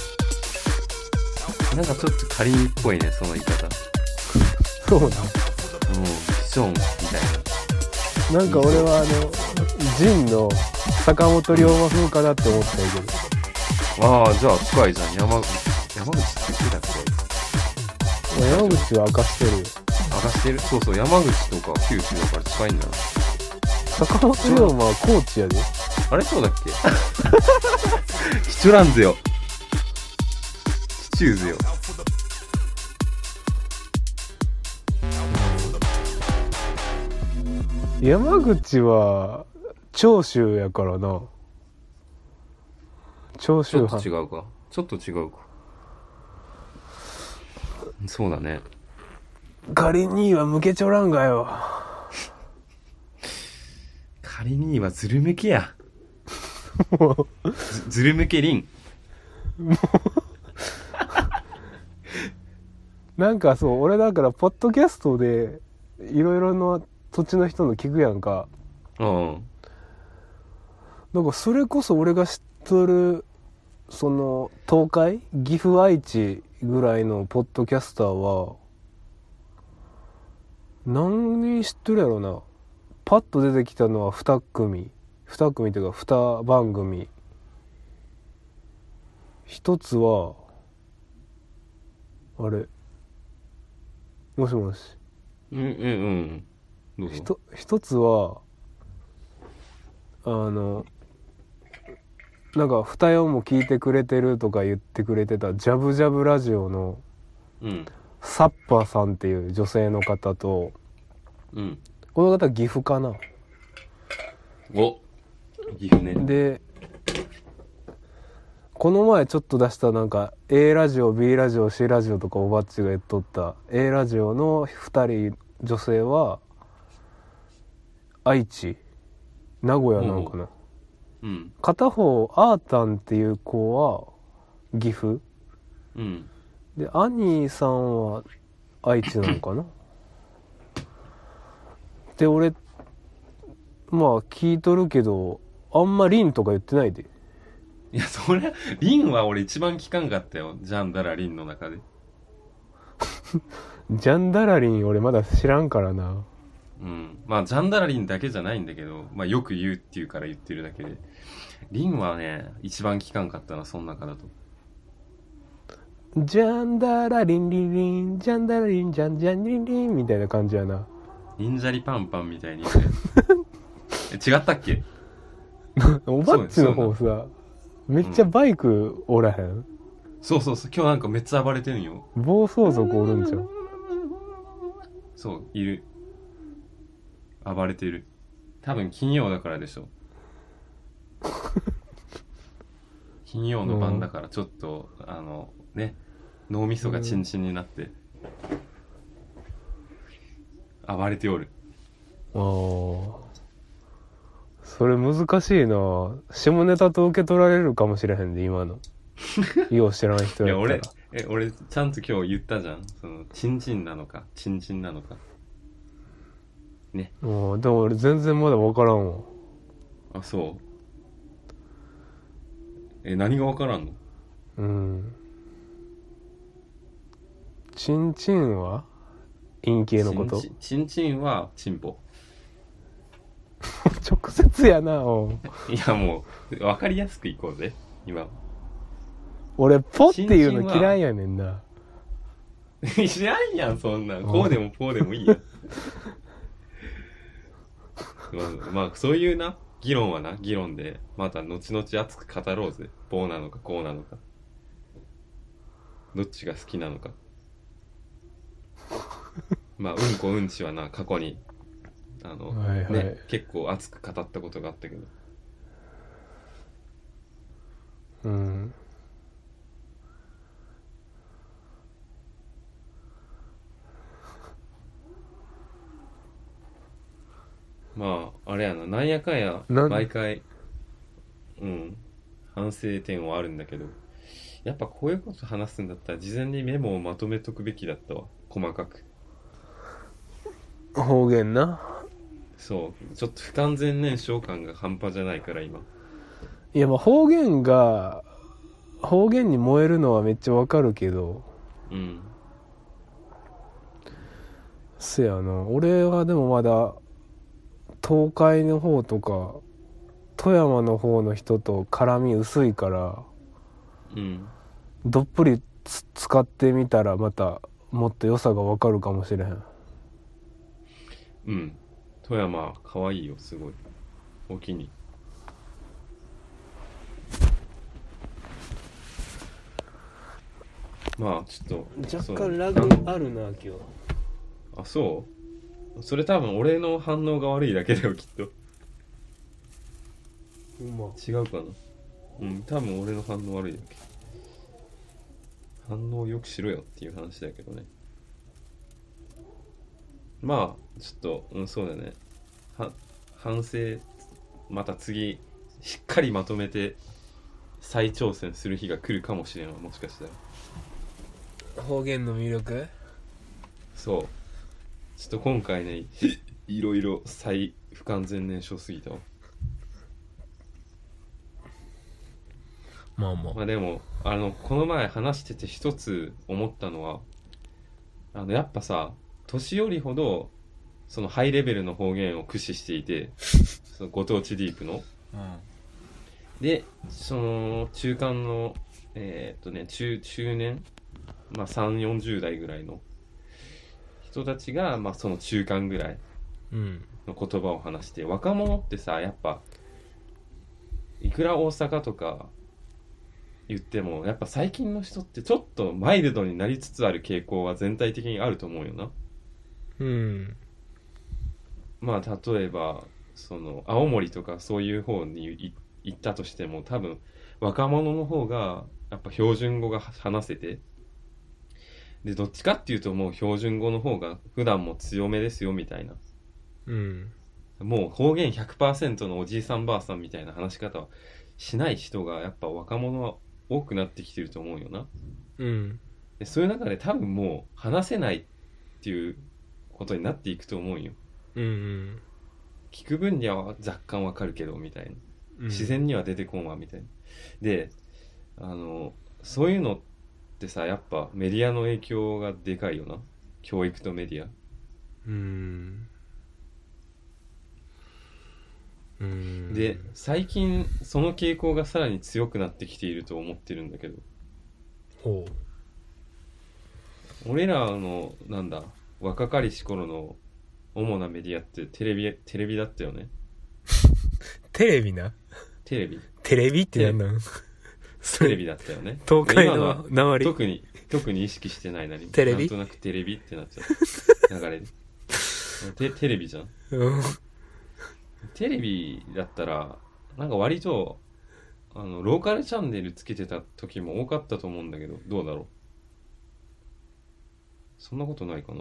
なんかちょっと仮にっぽいね、その言い方。 そうな。 うん、キチョンみたいな。なんか俺はあのジンの坂本龍馬風かなって思ったんやけど。 な。ああ、じゃあ近いじゃん。山口、山口って言ってたっけ？ 山口は明かしてるよ。 明かしてる？そうそう、山口とか九州だから近いんだな。 坂本龍馬は高知やで。 あれそうだっけ？キチョランズよ。キチューズよ。 山口は長州やからな。長ちょ州藩。 っと違うか。ちょっと違うか。そうだね。 仮には向けちょらんがよ。 仮にはズル向けや。ずずる向けりん。 なんかそう、俺だからポッドキャストでいろいろな土地の人の聞くやんか。 うん。 なんかそれこそ俺が知っとるその東海、岐阜、愛知ぐらいのポッドキャスターは何人知っとるやろな。パッと出てきたのはに組、に組というかに番組。一つはあれ、もしもし。 うんうんうん。どうぞ。 ひと一つはあのなんか二葉も聞いてくれてるとか言ってくれてたジャブジャブラジオのうん。 サッパさんっていう女性の方と、 うん。 この方岐阜かな。 お、岐阜ね。 でこの前ちょっと出したなんか A ラジオ B ラジオ C ラジオとかおばっちが言っとった A ラジオのふたり女性は愛知名古屋なのかな。 うん。 片方アータンっていう子は岐阜うん。 で、アニーさんは愛知なのかな。で俺まあ聞いとるけどあんまリンとか言ってないで。 いや、そりゃ、リンは俺一番聞かんかったよ。ジャンダラリンの中で。 ジャンダラリン俺まだ知らんからな。 うん。まあ、ジャンダラリンだけじゃないんだけど、まあ、よく言うっていうから言ってるだけで。リンはね、一番聞かんかったな、その中だと。 ジャンダラリンリンリンジャンダラリンジャンジャンリンリンみたいな感じやな。 忍者リパンパンみたいに言うね。え、違ったっけ？ おばっちの方さ、めっちゃバイクおらへん？ そうそうそう、今日なんかめっちゃ暴れてるんよ。 暴走族おるんちゃう？ そう、いる。暴れてる。多分金曜だからでしょ。金曜の晩だからちょっと、うん、あのね、脳みそがチンチンになって、うん、暴れておる。 ああ、それ難しいな。下ネタと受け取られるかもしれへんで今の。よう知らん人やったら。 いや俺え俺ちゃんと今日言ったじゃん。そのチンチンなのかチンチンなのか。ね。 うん、でも俺全然まだ分からんわ。 あ、そう。え、何が分からんの？ うん。チンチンは陰形のこと？ チンチン、チンチンはチンポ。 直接やな。おいやもう分かりやすくいこうぜ今。 俺ポっていうの嫌いやねんな。 知らんやんそんなん。こうでもこうでもいいやん。まあ、まあそういうな議論はな議論でまた後々熱く語ろうぜ。こうなのかこうなのか、どっちが好きなのか。まあうんこうんちはな過去にあの、はいはい、ね結構熱く語ったことがあったけど。 うん。 まああれやな、なんやかんや毎回うん反省点はあるんだけど、やっぱこういうこと話すんだったら事前にメモをまとめとくべきだったわ、細かく。 方言な。 そう、ちょっと不完全燃焼感が半端じゃないから今。 いやまあ方言が方言に燃えるのはめっちゃわかるけど、 うん。 せやな、俺はでもまだ東海の方とか富山の方の人と絡み薄いから、 うん。 どっぷりつ使ってみたらまたもっと良さがわかるかもしれへん。 うん。富山、かわいいよ、すごい。お気に。まあ、ちょっと。 若干ラグあるな今日。 あ、そうそれ多分俺の反応が悪いだけだよ、きっと。 うま違うかな。うん、多分俺の反応悪いだけ。反応よくしろよっていう話だけどね。まあ、ちょっと、うん、そうだね。は、反省、また次、しっかりまとめて再挑戦する日が来るかもしれない、もしかしたら。 方言の魅力。 そう。ちょっと今回ね、いろいろ再不完全燃焼すぎたわ。 まあまあ。 まあでも、あの、この前話してて一つ思ったのは、あの、やっぱさ、年寄りほど、そのハイレベルの方言を駆使していて、そのご当地ディープの。 うん。 で、その、中間の、えーっとね、中、中年、まあさん、よんじゅう代ぐらいの人たちが、まあその中間ぐらいうんの言葉を話して、若者ってさ、やっぱ、いくら大阪とか言っても、やっぱ最近の人ってちょっとマイルドになりつつある傾向は全体的にあると思うよな。 うん。 まあ例えばその青森とかそういう方に行ったとしても、多分若者の方がやっぱ標準語が話せて、でどっちかっていうともう標準語の方が普段も強めですよみたいな、 うん。 もう方言ひゃくパーセントのおじいさんばあさんみたいな話し方はしない人がやっぱ若者は多くなってきてると思うよな。 うん。 でそういう中で多分もう話せないっていうことになっていくと思うよ。 うん。 聞く分には若干わかるけどみたいな、 うん。 自然には出てこんわみたいな。で、あのそういうのってさ、やっぱメディアの影響がでかいよな。教育とメディア。 うん。うん。 で最近その傾向がさらに強くなってきていると思ってるんだけど、 ほ俺らのなんだ若かりし頃の主なメディアってテレビテレビだったよね。 う。テレビな。 テレビテレビってなんなんテレビだったよね。 東海今のはの訛り。 特に特に意識してないなにテレビなんとなくテレビってなっちゃう流れでテテレビじゃん。 うん。 テレビだったらなんか割とあのローカルチャンネルつけてた時も多かったと思うんだけど、どうだろう。そんなことないかな。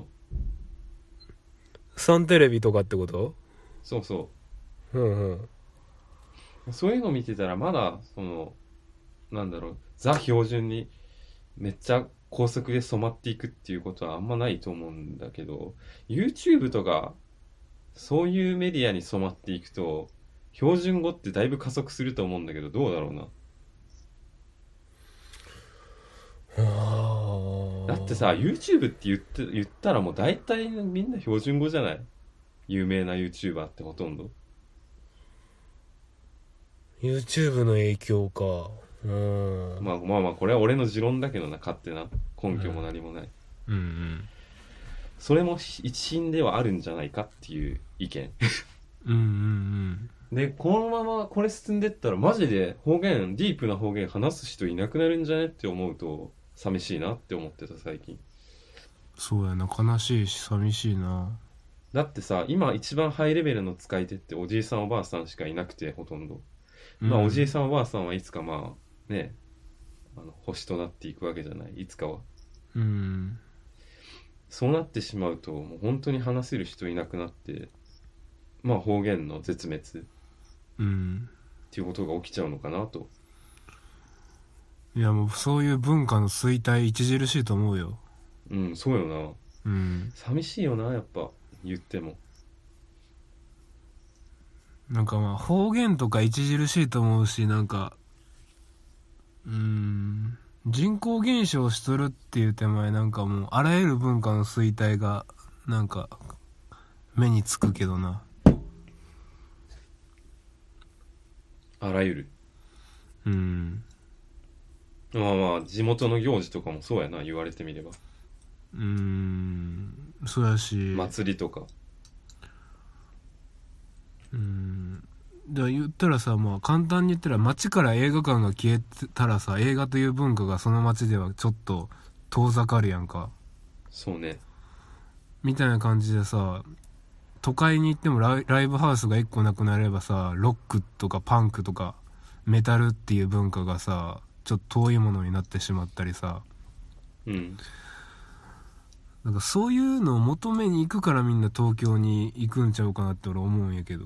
サンテレビとかってこと？ そうそうんうん。 う、そういうの見てたらまだそのなんだろう、ザ標準にめっちゃ高速で染まっていくっていうことはあんまないと思うんだけど、 YouTube とかそういうメディアに染まっていくと標準語ってだいぶ加速すると思うんだけど、どうだろうな。だってさ YouTube って言って、言ったらもう大体みんな標準語じゃない。有名な YouTuber ってほとんど。 YouTube の影響か。うん。 まあまあまあこれは俺の持論だけどな、勝手な根拠も何もない、 うんうん。 それも一因ではあるんじゃないかっていう意見うんうんで、このままこれ進んでったらマジで方言、ディープな方言話す人いなくなるんじゃねって思うと寂しいなって思ってた最近。 そうやな、悲しいし寂しいな。 だってさ、今一番ハイレベルの使い手っておじいさんおばあさんしかいなくて、ほとんど。まあおじいさんおばあさんはいつかまあね、あの星となっていくわけじゃない、いつかは。 うん。 そうなってしまうともう本当に話せる人いなくなって、まあ方言の絶滅うんっていうことが起きちゃうのかなと。 いやもうそういう文化の衰退著しいと思うよ。 うん、そうよな。 うん。 寂しいよな、やっぱ言っても。 なんかまあ方言とか著しいと思うし、なんかうーん人口減少しとるっていう手前、なんかもうあらゆる文化の衰退がなんか目につくけどな。 あらゆる。 うん。 まあまあ地元の行事とかもそうやな、言われてみれば。 うーんそうやし、 祭りとか。 うーんだから言ったらさ、まあ簡単に言ったら街から映画館が消えたらさ、映画という文化がその街ではちょっと遠ざかるやんか。 そうね。 みたいな感じでさ、都会に行ってもライ、ライブハウスが一個なくなればさ、ロックとかパンクとかメタルっていう文化がさ、ちょっと遠いものになってしまったりさ、 うん。 なんかそういうのを求めに行くからみんな東京に行くんちゃうかなって俺思うんやけど。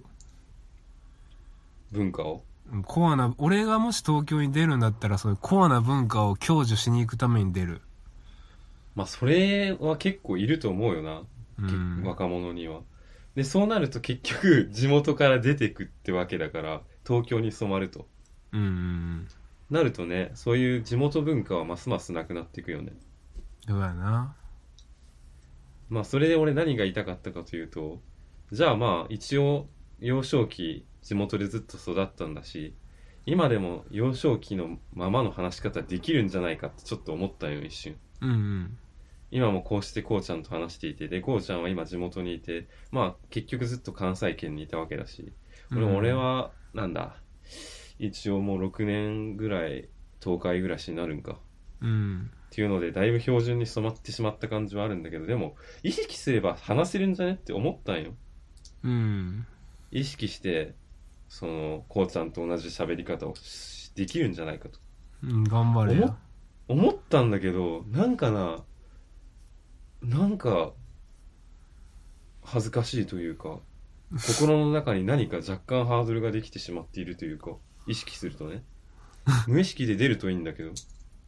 文化を。 コアな、俺がもし東京に出るんだったら、そういうコアな文化を享受しに行くために出る。 まあそれは結構いると思うよな、 うん、 若者には。でそうなると結局地元から出てくってわけだから、東京に染まるとうんうんうん、 なるとね、そういう地元文化はますますなくなっていくよね。 そうやな。 まあそれで俺何が言いたかったかというと、じゃあまあ一応幼少期地元でずっと育ったんだし、今でも幼少期のままの話し方できるんじゃないかってちょっと思ったよ、一瞬。 うんうん今もこうしてこうちゃんと話していて、でこうちゃんは今地元にいて、まあ結局ずっと関西圏にいたわけだし、俺,、 うん、 俺はなんだ、一応もうろくねんぐらい東海暮らしになるんかうんっていうので、だいぶ標準に染まってしまった感じはあるんだけど、でも意識すれば話せるんじゃねって思ったんよ。 うん意識してそのこうちゃんと同じ喋り方をできるんじゃないかとうん、頑張れ思や。 思ったんだけど、なんかななんか恥ずかしいというか、心の中に何か若干ハードルができてしまっているというか、意識するとね、無意識で出るといいんだけど、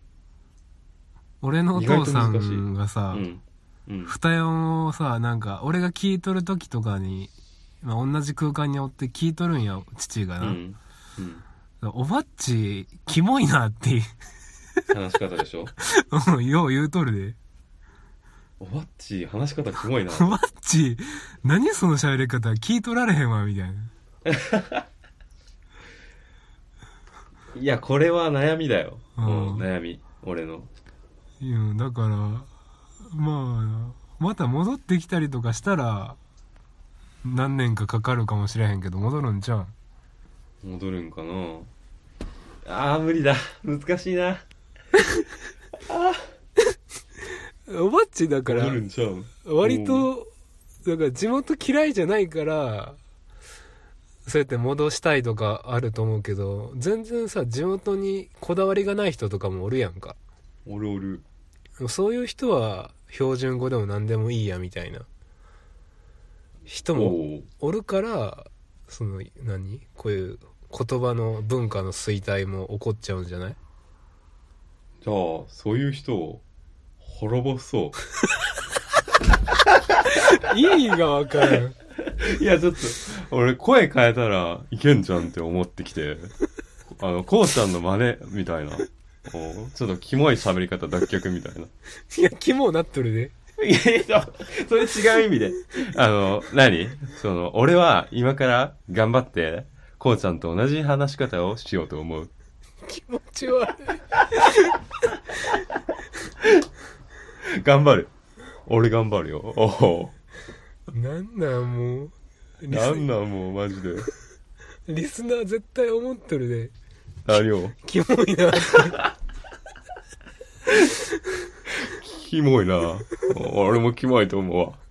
俺のお意外父さと難しい。 んがさ、 うんうん二音をさ、なんか俺が聞いとる時とかに、まあ、同じ空間におって聞いとるんや、父がな。 うんうん。 おばっちキモいなっていう話し方でしょ。 うんよう言うとるで。 おばっち話し方キモいな。 おばっち何その喋り方聞いとられへんわみたいな。 いやこれは悩みだよ、 うんもう悩み俺の。 いやだからまあまた戻ってきたりとかしたら何年かかかるかもしれへんけど戻るんちゃう。 戻るんかな。あー無理だ、難しいな。 おばっちだから戻るんちゃう。 割とだから地元嫌いじゃないからそうやって戻したいとかあると思うけど、全然さ地元にこだわりがない人とかもおるやんか。 おるおる。 そういう人は標準語でも何でもいいやみたいな人もおるから、その何こういう言葉の文化の衰退も起こっちゃうんじゃない。 じゃあそういう人を滅ぼそう意味がわからんいやちょっと俺声変えたらいけんじゃんって思ってきて、あのこうちゃんの真似みたいな、ちょっとキモい喋り方脱却みたいな。 いやキモなっとるで。 いやいやそれ違う意味で、あの何その俺は今から頑張ってこうちゃんと同じ話し方をしようと思う。 気持ち悪い頑張る、俺頑張るよ。おおなんなんもうなんなんもうマジでリスナー絶対思っとるで。 何をキモいなってキモいな。俺もキモいと思うわ。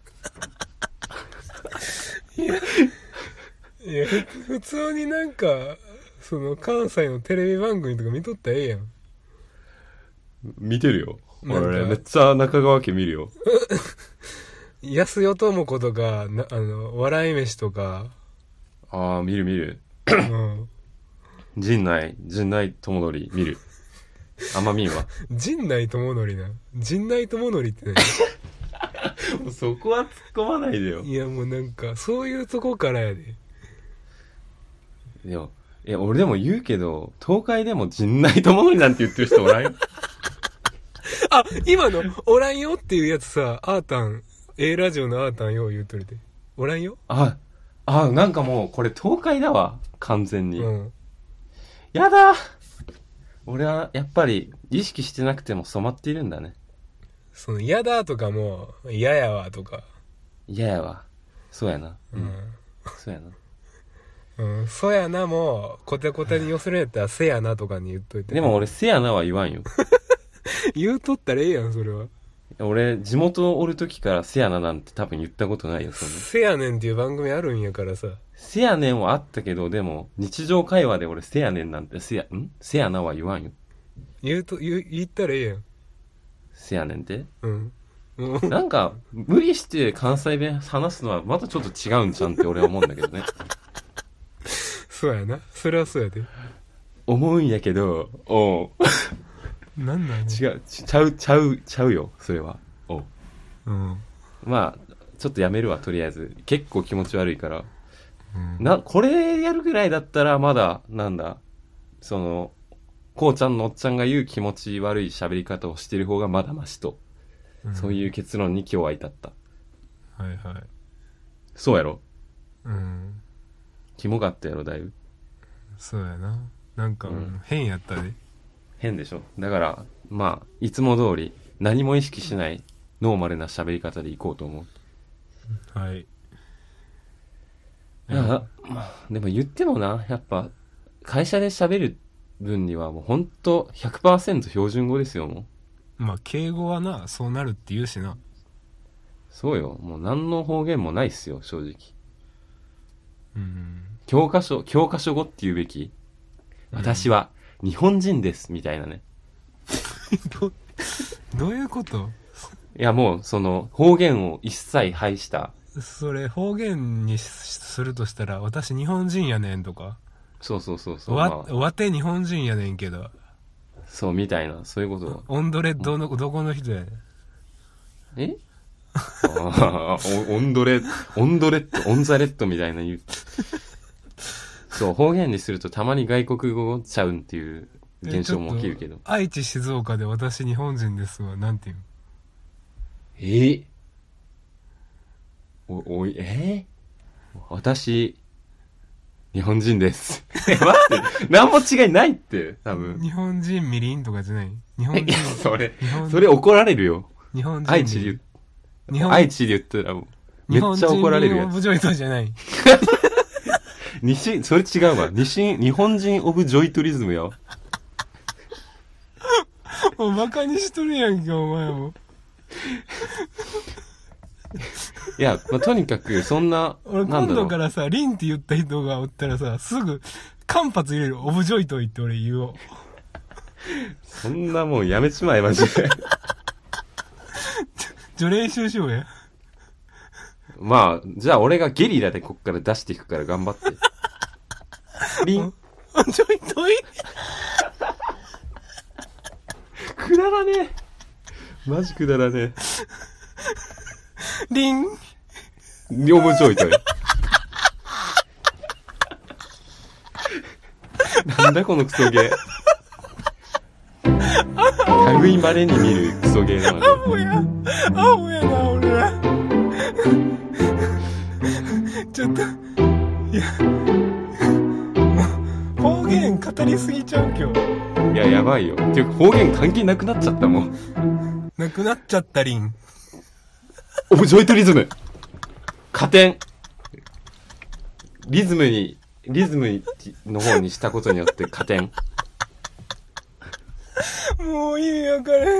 いやいや普通になんかその関西のテレビ番組とか見とったらええやん。 見てるよなんか俺、めっちゃ中川家見るよ。 安代智子とかな、あの笑い飯とかああ見る見る。 うん陣内陣内智則見る。あんま見んわ。 陣内智則な。陣内智則って何もうそこは突っ込まないでよ。 いやもうなんかそういうとこからやで。 でも、いや、俺でも言うけど、東海でも陣内智則なんて言ってる人おらんよ。 あ、今の、おらんよっていうやつさ、アータン、A ラジオのアータンよう言うとるで。おらんよ。 あ、あ、なんかもう、これ東海だわ。完全に。 うん。 やだ俺は、やっぱり、意識してなくても染まっているんだね。 その、嫌だとかも、嫌やわとか。 嫌やわ。そうやな。 うん。 そうやな。 うん、そやなも、コテコテに寄せるんやったら、せやなとかに言っといて。 でも俺、せやなは言わんよ。 言うとったらええやん、それは。 俺、地元おる時からせやななんて多分言ったことないよ、その。 せやねんっていう番組あるんやからさ。 せやねんはあったけど、でも、日常会話で俺、せやねんなんて、せや、んせやなは言わんよ。 言うと、言う、言ったらええやん。 せやねんってうん。うん、 なんか、無理して関西弁話すのはまたちょっと違うんじゃんって俺は思うんだけどね。 そうやな。それはそうやで。 思うんやけど、おう。 なんなん違う、ちゃう、ちゃう、ちゃうよ、それは。おう。 うん。 まあ、ちょっとやめるわ、とりあえず。結構気持ち悪いから。 うん、 な、これやるぐらいだったらまだ、なんだ、その、こうちゃんのおっちゃんが言う気持ち悪い喋り方をしてる方がまだマシと、うん、そういう結論に今日は至った。 はいはい。 そうやろ？ うん。 キモかったやろ、だいぶ。 そうやな。なんか、うん、変やったで。 変でしょ。だから、まあ、いつも通り、何も意識しない、ノーマルな喋り方でいこうと思う。 はい。 いや、まあ、でも言ってもな、やっぱ、会社で喋る分にはもうほんと ひゃくパーセント 標準語ですよ、もう。まあ、敬語はな、そうなるって言うしな。 そうよ。もう何の方言もないっすよ、正直。 うん。 教科書、教科書語って言うべき、うん、私は日本人です、みたいなね。 ど、どういうこと？ いや、もう、その、方言を一切排した。 それ、方言にするとしたら、私日本人やねんとか。 そうそうそうそう。 わ、まあ、わて日本人やねんけど。 そう、みたいな、そういうこと。 オンドレどの、どこの人やねん。 えああ、オンドレ、オンドレット、オンザレットみたいな言う。そう、方言にするとたまに外国語ちゃうんっていう現象も起きるけど。 愛知、静岡で私日本人ですわ、なんていうの？ えー、お、おい、えー、私、日本人です。え、待って、何も違いないって、多分。 日本人みりんとかじゃない？日本人。 それ、それ怒られるよ。 日本人。 愛知で言日本愛知で言ったら、めっちゃ怒られるやつ。日本人オブジョイトじゃない。西、それ違うわ。西、日本人オブジョイトリズムよ。 もうバカにしとるやんけ、お前も。 いや、まあ、とにかく、そんな、 俺今度からさ、リンって言った人がおったらさ、すぐ、間髪入れる、オブジョイトイって俺言おう。 そんなもんやめちまえ、マジで。 除練習しようや。 まあ、じゃあ俺がゲリラでこっから出していくから頑張って。リン。 ジョイトイくだらねえ。マジくだらねえ。 リン。 オブジョイトイ。なんだこのクソゲー。類まれに見るクソゲーなの。 アホや。アホやな、俺ら。ちょっと、いや、方言語りすぎちゃう今日。 いや、やばいよ。ていうか方言関係なくなっちゃったもん。 なくなっちゃったリン。 オブジョイトリズム。加点。リズムに、リズムの方にしたことによって加点。 もう意味わから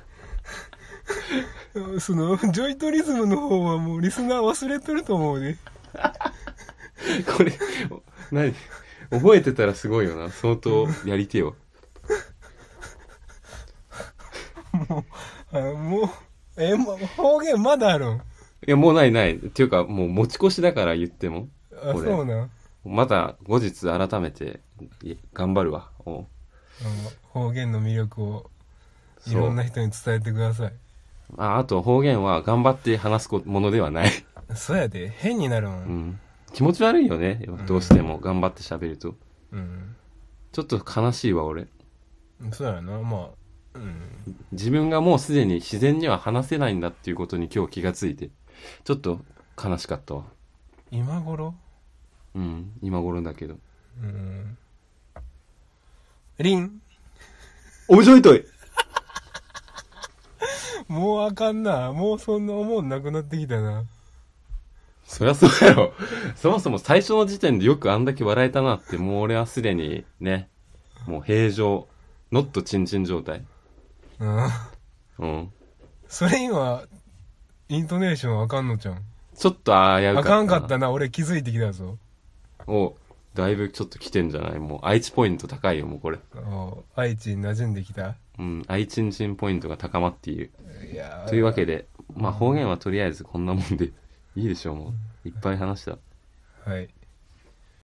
ん。その、ジョイトリズムの方はもうリスナー忘れてると思うね。 これ、何覚えてたらすごいよな。相当やりてよ。 もう、あもう、え、ま、方言まだあるん？ いや、もうないない。っていうか、もう持ち越しだから言っても。 あ、そうなん。 また後日改めて頑張るわ。おう。 方言の魅力をいろんな人に伝えてください。 あ, あと方言は頑張って話すものではない。 そうやで、変になるもん。 うん。 気持ち悪いよね、どうしても頑張って喋ると。 うん。 ちょっと悲しいわ、俺。 そうやな、まあ、うん。 自分がもうすでに自然には話せないんだっていうことに今日気がついて、ちょっと悲しかったわ。 今頃？ うん、今頃だけど。 うん。リン面白いといもうあかんな。もうそんな思うなくなってきたな。 そりゃそうやろ。そもそも最初の時点でよくあんだけ笑えたなって、もう俺はすでにね、もう平常、ノットチンチン状態。 うん。 うん。 それ今、イントネーションあかんのちゃん。 ちょっと危うかったな。 あかんかったな。俺気づいてきたぞ。 お、だいぶちょっと来てんじゃない？もう愛知ポイント高いよ、もうこれ。 お愛知に馴染んできた。 うん、愛知んちんポイントが高まっている。 いやというわけで、まあ方言はとりあえずこんなもんでいいでしょう、もう。いっぱい話した。 はい。